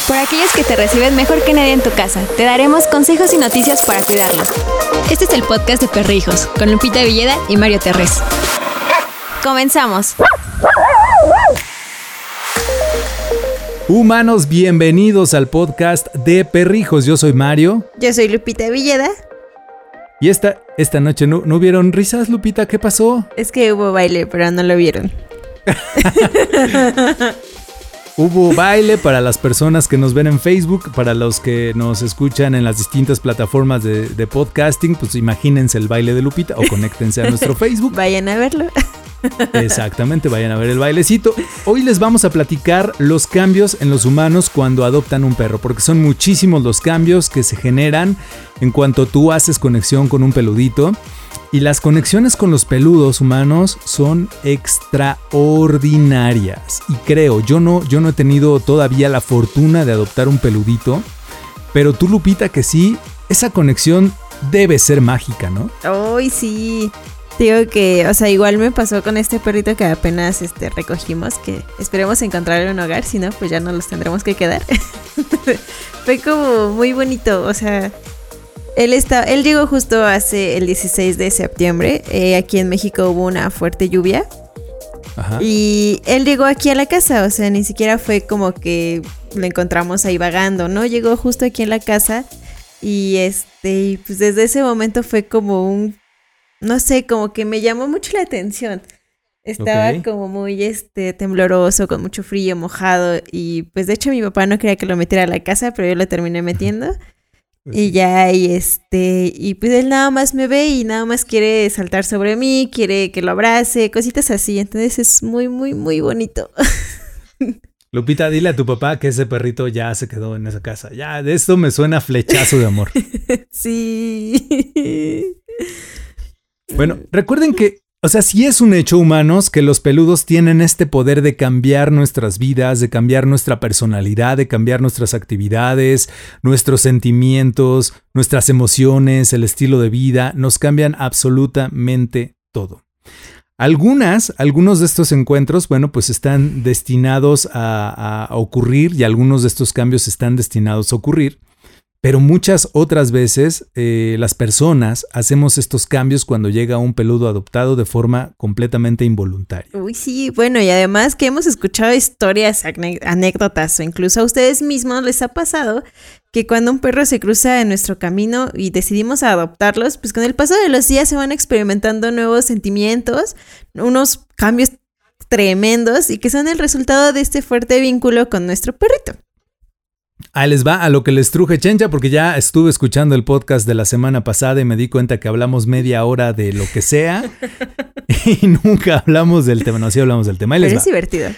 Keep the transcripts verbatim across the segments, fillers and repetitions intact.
Por aquellos que te reciben mejor que nadie en tu casa, te daremos consejos y noticias para cuidarlos. Este es el podcast de Perrijos, con Lupita Villeda y Mario Terrés. ¡Comenzamos! Humanos, bienvenidos al podcast de Perrijos. Yo soy Mario. Yo soy Lupita Villeda. Y esta, esta noche no, no hubieron risas, Lupita. ¿Qué pasó? Es que hubo baile, pero no lo vieron. Hubo baile para las personas que nos ven en Facebook, para los que nos escuchan en las distintas plataformas de, de podcasting, pues imagínense el baile de Lupita o conéctense a nuestro Facebook. Vayan a verlo. Exactamente, vayan a ver el bailecito. Hoy les vamos a platicar los cambios en los humanos cuando adoptan un perro, porque son muchísimos los cambios que se generan en cuanto tú haces conexión con un peludito. Y las conexiones con los peludos humanos son extraordinarias. Y creo, yo no, yo no he tenido todavía la fortuna de adoptar un peludito, pero tú, Lupita, que sí, esa conexión debe ser mágica, ¿no? ¡Ay, sí! Digo que, o sea, igual me pasó con este perrito que apenas este, recogimos, que esperemos encontrarle un hogar, si no, pues ya no los tendremos que quedar. Fue como muy bonito, o sea... Él, está, él llegó justo hace el dieciséis de septiembre. Eh, aquí en México hubo una fuerte lluvia. Ajá. Y él llegó aquí a la casa. O sea, ni siquiera fue como que lo encontramos ahí vagando, ¿no? Llegó justo aquí en la casa. Y este, pues desde ese momento fue como un... No sé, como que me llamó mucho la atención. Estaba okay. como muy este, tembloroso, con mucho frío, mojado. Y pues de hecho mi papá no quería que lo metiera a la casa, pero yo lo terminé metiendo. Y ya, y este, y pues él nada más me ve y nada más quiere saltar sobre mí, quiere que lo abrace, cositas así, entonces es muy, muy, muy bonito. Lupita, dile a tu papá que ese perrito ya se quedó en esa casa, ya, de esto me suena flechazo de amor. Sí. Bueno, recuerden que, o sea, sí es un hecho, humanos, que los peludos tienen este poder de cambiar nuestras vidas, de cambiar nuestra personalidad, de cambiar nuestras actividades, nuestros sentimientos, nuestras emociones, el estilo de vida, nos cambian absolutamente todo. Algunas, algunos de estos encuentros, bueno, pues están destinados a, a ocurrir y algunos de estos cambios están destinados a ocurrir. Pero muchas otras veces eh, las personas hacemos estos cambios cuando llega un peludo adoptado de forma completamente involuntaria. Uy, sí, bueno, y además que hemos escuchado historias, anécdotas, o incluso a ustedes mismos les ha pasado que cuando un perro se cruza en nuestro camino y decidimos adoptarlos, pues con el paso de los días se van experimentando nuevos sentimientos, unos cambios tremendos y que son el resultado de este fuerte vínculo con nuestro perrito. Ahí les va a lo que les truje, chencha, porque ya estuve escuchando el podcast de la semana pasada y me di cuenta que hablamos media hora de lo que sea y nunca hablamos del tema. No, sí hablamos del tema. Ahí les Pero va. Es divertido.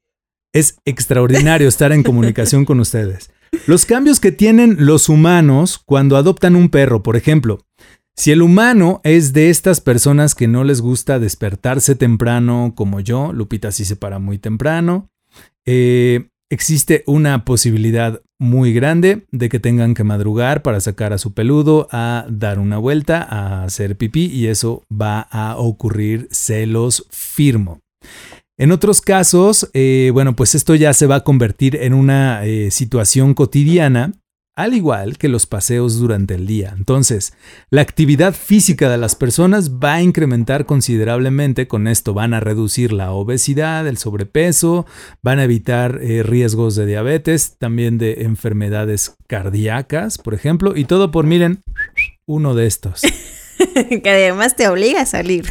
Es extraordinario estar en comunicación con ustedes. Los cambios que tienen los humanos cuando adoptan un perro, por ejemplo, si el humano es de estas personas que no les gusta despertarse temprano como yo, Lupita sí se para muy temprano, eh... existe una posibilidad muy grande de que tengan que madrugar para sacar a su peludo a dar una vuelta, a hacer pipí, y eso va a ocurrir, se los firmo. En otros casos, eh, bueno, pues esto ya se va a convertir en una eh, situación cotidiana, al igual que los paseos durante el día. Entonces, la actividad física de las personas va a incrementar considerablemente. Con esto van a reducir la obesidad, el sobrepeso, van a evitar eh, riesgos de diabetes, también de enfermedades cardíacas, por ejemplo, y todo por, miren, uno de estos. Que además te obliga a salir.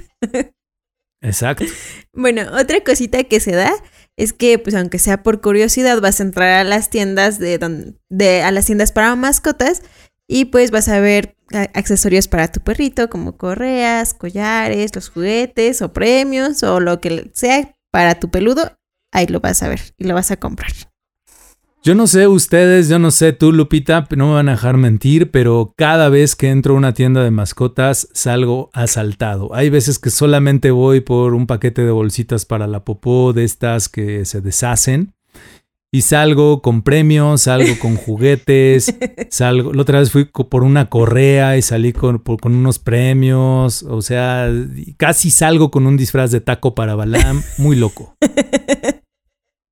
Exacto. Bueno, otra cosita que se da es que, pues, aunque sea por curiosidad, vas a entrar a las tiendas de, don, de a las tiendas para mascotas y pues vas a ver accesorios para tu perrito, como correas, collares, los juguetes o premios o lo que sea para tu peludo. Ahí lo vas a ver y lo vas a comprar. Yo no sé ustedes, yo no sé tú, Lupita, no me van a dejar mentir, pero cada vez que entro a una tienda de mascotas salgo asaltado. Hay veces que solamente voy por un paquete de bolsitas para la popó de estas que se deshacen y salgo con premios, salgo con juguetes, salgo. La otra vez fui por una correa y salí con, por, con unos premios, o sea, casi salgo con un disfraz de taco para Balam, muy loco.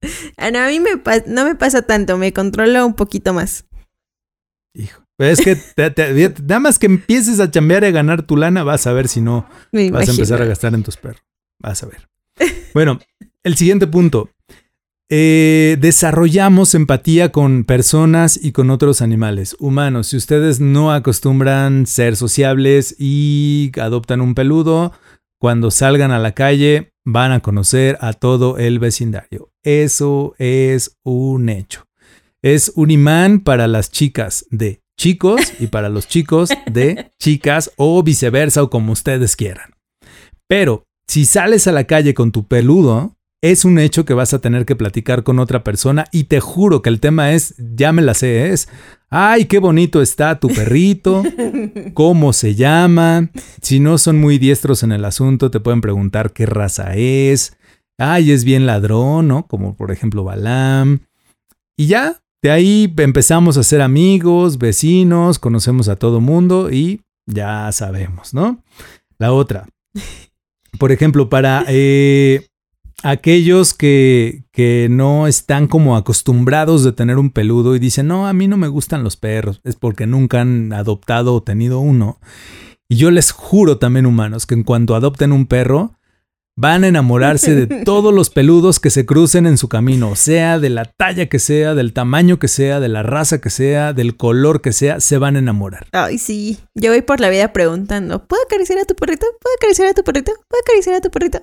Ah, no, a mí me pa- no me pasa tanto, me controlo un poquito más. Hijo. Es que te, te, nada más que empieces a chambear y a ganar tu lana, vas a ver si no Me vas a imagino. empezar a gastar en tus perros. Vas a ver. Bueno, el siguiente punto. Eh, desarrollamos empatía con personas y con otros animales humanos. Si ustedes no acostumbran ser sociables y adoptan un peludo, cuando salgan a la calle van a conocer a todo el vecindario. Eso es un hecho. Es un imán para las chicas de chicos y para los chicos de chicas o viceversa o como ustedes quieran. Pero si sales a la calle con tu peludo, es un hecho que vas a tener que platicar con otra persona y te juro que el tema es, ya me la sé, es, ay, qué bonito está tu perrito, cómo se llama. Si no son muy diestros en el asunto, te pueden preguntar qué raza es. Ay, es bien ladrón, ¿no? Como por ejemplo Balam. Y ya, de ahí empezamos a ser amigos, vecinos, conocemos a todo mundo y ya sabemos, ¿no? La otra, por ejemplo, para eh, aquellos que, que no están como acostumbrados de tener un peludo y dicen, no, a mí no me gustan los perros, es porque nunca han adoptado o tenido uno. Y yo les juro también, humanos, que en cuanto adopten un perro, van a enamorarse de todos los peludos que se crucen en su camino, sea de la talla que sea, del tamaño que sea, de la raza que sea, del color que sea, se van a enamorar. Ay, sí. Yo voy por la vida preguntando, ¿puedo acariciar a tu perrito? ¿Puedo acariciar a tu perrito? ¿Puedo acariciar a tu perrito?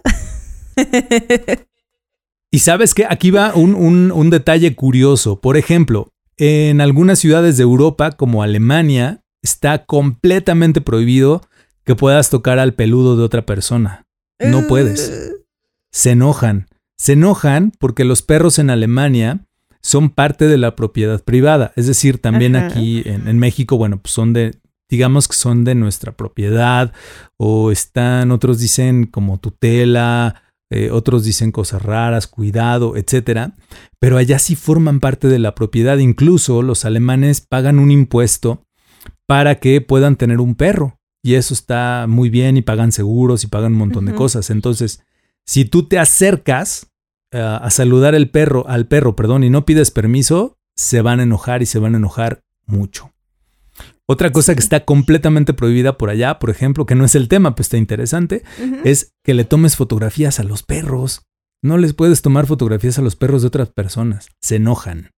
Y sabes que aquí va un, un, un detalle curioso. Por ejemplo, en algunas ciudades de Europa, como Alemania, está completamente prohibido que puedas tocar al peludo de otra persona. No puedes. Se enojan. Se enojan porque los perros en Alemania son parte de la propiedad privada. Es decir, también Ajá. aquí en, en México, bueno, pues son de, digamos que son de nuestra propiedad o están, otros dicen como tutela, eh, otros dicen cosas raras, cuidado, etcétera. Pero allá sí forman parte de la propiedad. Incluso los alemanes pagan un impuesto para que puedan tener un perro. Y eso está muy bien y pagan seguros y pagan un montón uh-huh. de cosas. Entonces, si tú te acercas uh, a saludar el perro, al perro, perdón, y no pides permiso, se van a enojar y se van a enojar mucho. Otra cosa sí. que está completamente prohibida por allá, por ejemplo, que no es el tema, pero está interesante, uh-huh. es que le tomes fotografías a los perros. No les puedes tomar fotografías a los perros de otras personas. Se enojan.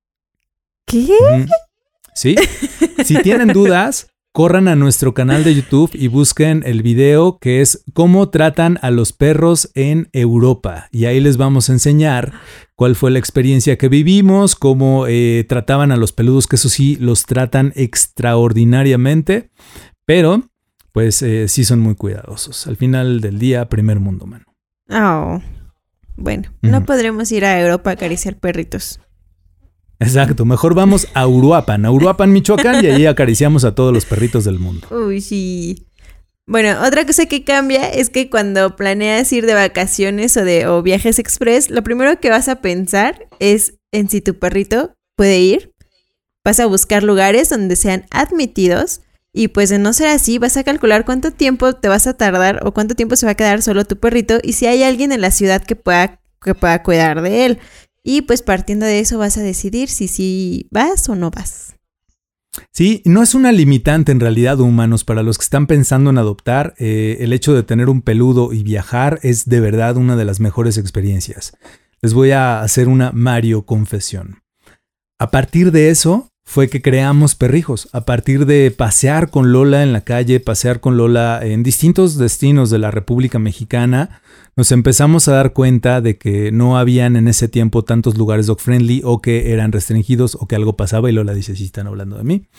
¿Qué? Uh-huh. ¿Sí? Si tienen dudas, corran a nuestro canal de YouTube y busquen el video que es cómo tratan a los perros en Europa. Y ahí les vamos a enseñar cuál fue la experiencia que vivimos, cómo eh, trataban a los peludos, que eso sí, los tratan extraordinariamente, pero pues eh, sí son muy cuidadosos. Al final del día, primer mundo, mano. Oh, bueno, uh-huh. no podremos ir a Europa a acariciar perritos. Exacto, mejor vamos a Uruapan, a Uruapan, Michoacán, y allí acariciamos a todos los perritos del mundo. Uy, sí. Bueno, otra cosa que cambia es que cuando planeas ir de vacaciones o de o viajes express, lo primero que vas a pensar es en si tu perrito puede ir. Vas a buscar lugares donde sean admitidos y pues de no ser así vas a calcular cuánto tiempo te vas a tardar o cuánto tiempo se va a quedar solo tu perrito y si hay alguien en la ciudad que pueda, que pueda cuidar de él. Y pues partiendo de eso vas a decidir si sí vas o no vas. Sí, no es una limitante en realidad, humanos. Para los que están pensando en adoptar, eh, el hecho de tener un peludo y viajar es de verdad una de las mejores experiencias. Les voy a hacer una Mario confesión. A partir de eso fue que creamos Perrijos. A partir de pasear con Lola en la calle, pasear con Lola en distintos destinos de la República Mexicana, nos empezamos a dar cuenta de que no habían en ese tiempo tantos lugares dog friendly o que eran restringidos o que algo pasaba y Lola dice, sí, están hablando de mí.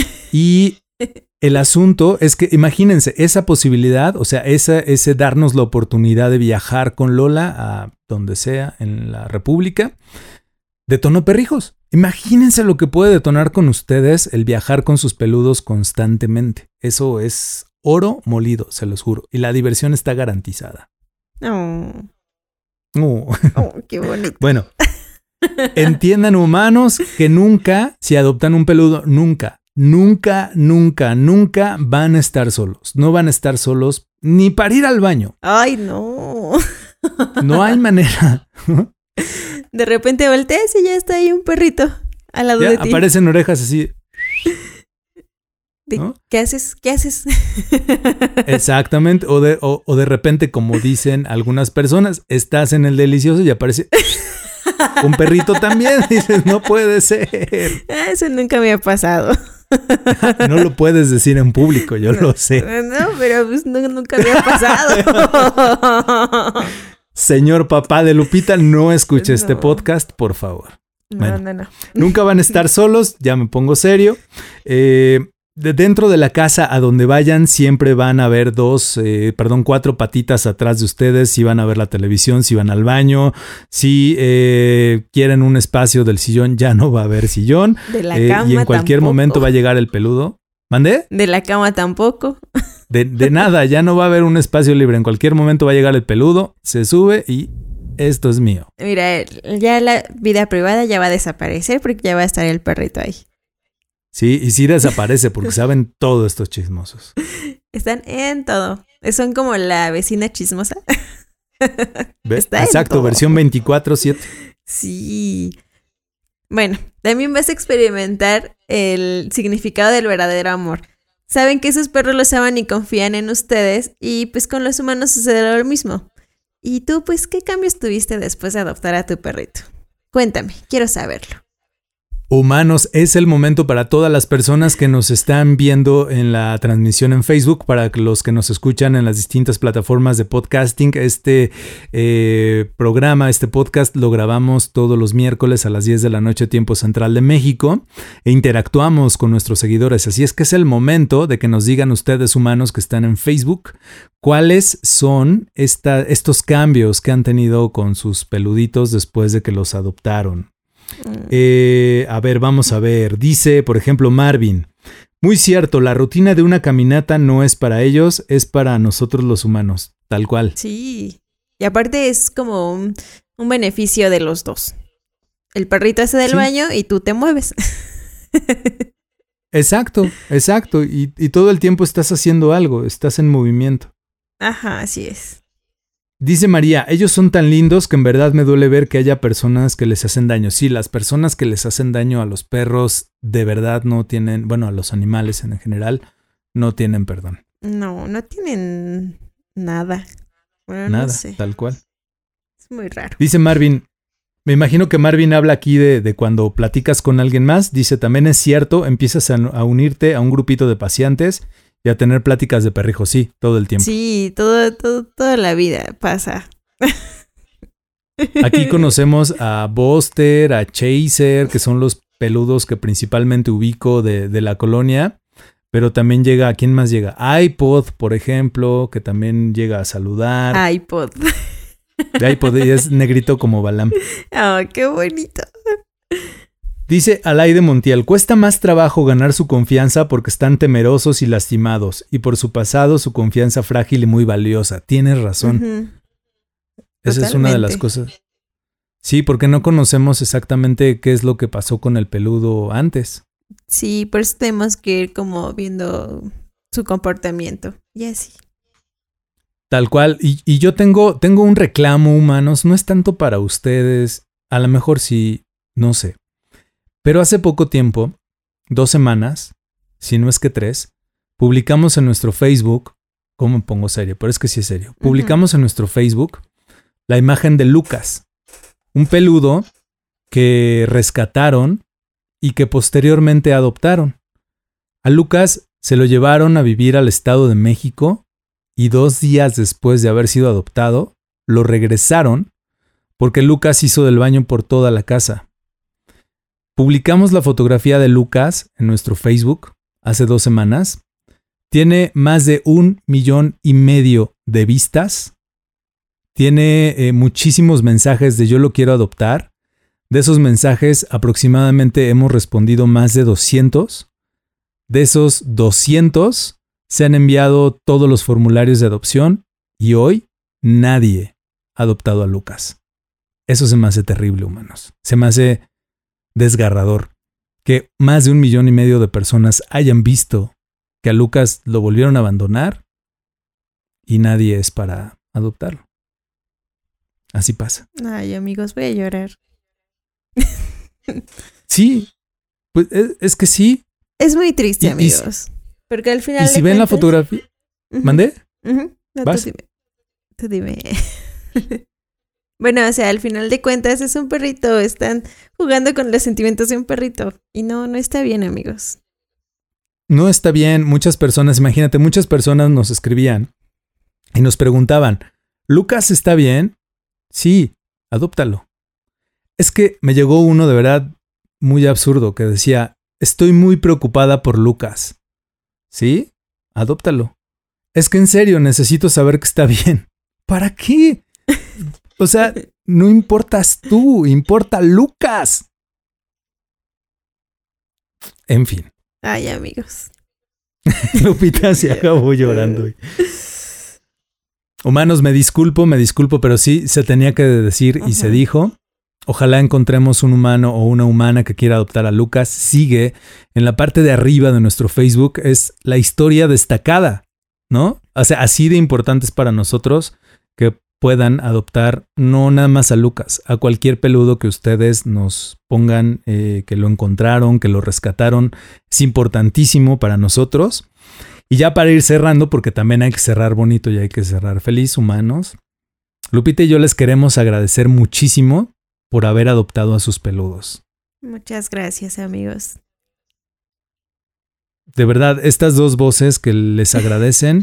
Y el asunto es que imagínense esa posibilidad, o sea, esa, ese darnos la oportunidad de viajar con Lola a donde sea en la República, detonó Perrijos. Imagínense lo que puede detonar con ustedes el viajar con sus peludos constantemente. Eso es oro molido, se los juro. Y la diversión está garantizada. Oh. Oh. Oh, qué bonito. Bueno, entiendan, humanos, que nunca, si adoptan un peludo, nunca, nunca, nunca, nunca van a estar solos. No van a estar solos ni para ir al baño. Ay, no. No hay manera. De repente volteas y ya está ahí un perrito al lado Ya de ti. aparecen orejas así. De, ¿no? ¿Qué haces? ¿Qué haces? Exactamente. O de, o, o de repente, como dicen algunas personas, estás en el delicioso y aparece un perrito también. Dices, no puede ser. Eso nunca me ha pasado. No lo puedes decir en público, yo lo sé. No, pero pues no, nunca me ha pasado. Señor papá de Lupita, no escuche No. este podcast, por favor. No, Bueno. no, no. Nunca van a estar solos, ya me pongo serio. Eh, de dentro de la casa a donde vayan siempre van a haber dos, eh, perdón, cuatro patitas atrás de ustedes. Si van a ver la televisión, si van al baño, si eh, quieren un espacio del sillón, ya no va a haber sillón. De la Eh, cama y en cualquier tampoco. momento va a llegar el peludo. ¿Mandé? De la cama tampoco. De, de nada, ya no va a haber un espacio libre. En cualquier momento va a llegar el peludo, se sube y esto es mío. Mira, ya la vida privada ya va a desaparecer porque ya va a estar el perrito ahí. Sí, y sí desaparece porque saben todos estos chismosos. Están en todo. Son como la vecina chismosa. Ve- Está en Exacto, todo. versión veinticuatro siete. Sí. Bueno, también vas a experimentar el significado del verdadero amor. Saben que esos perros los aman y confían en ustedes y pues con los humanos sucede lo mismo. ¿Y tú pues qué cambios tuviste después de adoptar a tu perrito? Cuéntame, quiero saberlo. Humanos, es el momento para todas las personas que nos están viendo en la transmisión en Facebook, para los que nos escuchan en las distintas plataformas de podcasting. Este eh, programa, este podcast lo grabamos todos los miércoles a las diez de la noche, tiempo central de México, e interactuamos con nuestros seguidores. Así es que es el momento de que nos digan ustedes, humanos que están en Facebook, cuáles son esta, estos cambios que han tenido con sus peluditos después de que los adoptaron. Eh, a ver, vamos a ver. Dice, por ejemplo, Marvin. Muy cierto, la rutina de una caminata no es para ellos, es para nosotros los humanos. Tal cual. Sí. Y aparte es como un, un beneficio de los dos. El perrito hace del Sí. baño y tú te mueves. Exacto, exacto. Y, y todo el tiempo estás haciendo algo, estás en movimiento. Ajá, así es. Dice María, ellos son tan lindos que en verdad me duele ver que haya personas que les hacen daño. Sí, las personas que les hacen daño a los perros de verdad no tienen, bueno, a los animales en general, no tienen perdón. No, no tienen nada. Bueno, Nada, no sé. tal cual. Es muy raro. Dice Marvin, me imagino que Marvin habla aquí de, de cuando platicas con alguien más. Dice, también es cierto, empiezas a, a unirte a un grupito de paseantes y a tener pláticas de perrijos, sí, todo el tiempo. Sí, todo, todo, toda la vida pasa. Aquí conocemos a Buster, a Chaser, que son los peludos que principalmente ubico de, de la colonia. Pero también llega, ¿a quién más llega? iPod, por ejemplo, que también llega a saludar. iPod. De iPod y es negrito como Balam. Oh, qué bonito. Dice Alaide Montiel, cuesta más trabajo ganar su confianza porque están temerosos y lastimados, y por su pasado su confianza frágil y muy valiosa. Tienes razón. Ujú. Esa es una de las Totalmente. cosas. Sí, porque no conocemos exactamente qué es lo que pasó con el peludo antes. Sí, por eso tenemos que ir como viendo su comportamiento. Y así. Tal cual. Y, y yo tengo, tengo un reclamo, humanos. No es tanto para ustedes. A lo mejor sí, no sé. Pero hace poco tiempo, dos semanas, si no es que tres, publicamos en nuestro Facebook, ¿cómo me pongo serio? Pero es que sí es serio. Publicamos en nuestro Facebook la imagen de Lucas, un peludo que rescataron y que posteriormente adoptaron. A Lucas se lo llevaron a vivir al Estado de México y dos días después de haber sido adoptado, lo regresaron porque Lucas hizo del baño por toda la casa. Publicamos la fotografía de Lucas en nuestro Facebook hace dos semanas. Tiene más de un millón y medio de vistas. Tiene eh, muchísimos mensajes de yo lo quiero adoptar. De esos mensajes aproximadamente hemos respondido más de doscientos. De esos doscientos se han enviado todos los formularios de adopción y hoy nadie ha adoptado a Lucas. Eso se me hace terrible, humanos. Se me hace desgarrador que más de un millón y medio de personas hayan visto que a Lucas lo volvieron a abandonar y nadie es para adoptarlo. Así pasa. Ay, amigos, voy a llorar. Sí, pues es, es que sí. Es muy triste, y, amigos. Y, porque al final. Y si ven cuentas... la fotografía. Uh-huh. ¿Mandé? Uh-huh. No, ¿Vas? Tú dime. Tú dime. Bueno, o sea, al final de cuentas es un perrito. Están jugando con los sentimientos de un perrito. Y no, no está bien, amigos. No está bien. Muchas personas, imagínate, muchas personas nos escribían y nos preguntaban, ¿Lucas está bien? Sí, adóptalo. Es que me llegó uno de verdad muy absurdo que decía, estoy muy preocupada por Lucas. ¿Sí? Adóptalo. Es que en serio necesito saber que está bien. ¿Para qué? O sea, no importas tú, importa Lucas. En fin. Ay, amigos. Lupita se acabó llorando. Humanos, me disculpo, me disculpo, pero sí se tenía que decir y uh-huh. se dijo. Ojalá encontremos un humano o una humana que quiera adoptar a Lucas. Sigue en la parte de arriba de nuestro Facebook. Es la historia destacada, ¿no? O sea, así de importante es para nosotros que puedan adoptar no nada más a Lucas, a cualquier peludo que ustedes nos pongan, eh, que lo encontraron, que lo rescataron. Es importantísimo para nosotros. Y ya para ir cerrando, porque también hay que cerrar bonito y hay que cerrar feliz, humanos. Lupita y yo les queremos agradecer muchísimo por haber adoptado a sus peludos. Muchas gracias, amigos. De verdad, estas dos voces que les agradecen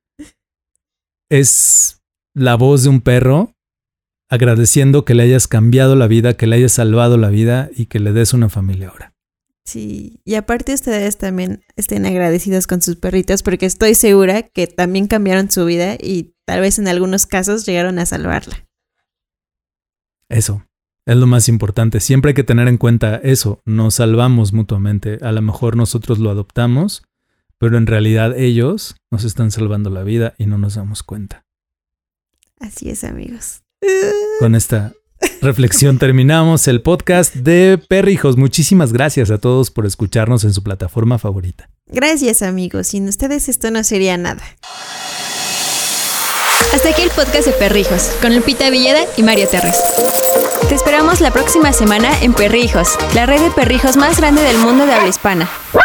es la voz de un perro agradeciendo que le hayas cambiado la vida, que le hayas salvado la vida y que le des una familia ahora. Sí, y aparte ustedes también estén agradecidos con sus perritos porque estoy segura que también cambiaron su vida y tal vez en algunos casos llegaron a salvarla. Eso es lo más importante. Siempre hay que tener en cuenta eso. Nos salvamos mutuamente. A lo mejor nosotros lo adoptamos, pero en realidad ellos nos están salvando la vida y no nos damos cuenta. Así es, amigos. Con esta reflexión terminamos el podcast de Perrijos. Muchísimas gracias a todos por escucharnos en su plataforma favorita. Gracias, amigos. Sin ustedes esto no sería nada. Hasta aquí el podcast de Perrijos, con Lupita Villeda y Mario Terres. Te esperamos la próxima semana en Perrijos, la red de perrijos más grande del mundo de habla hispana.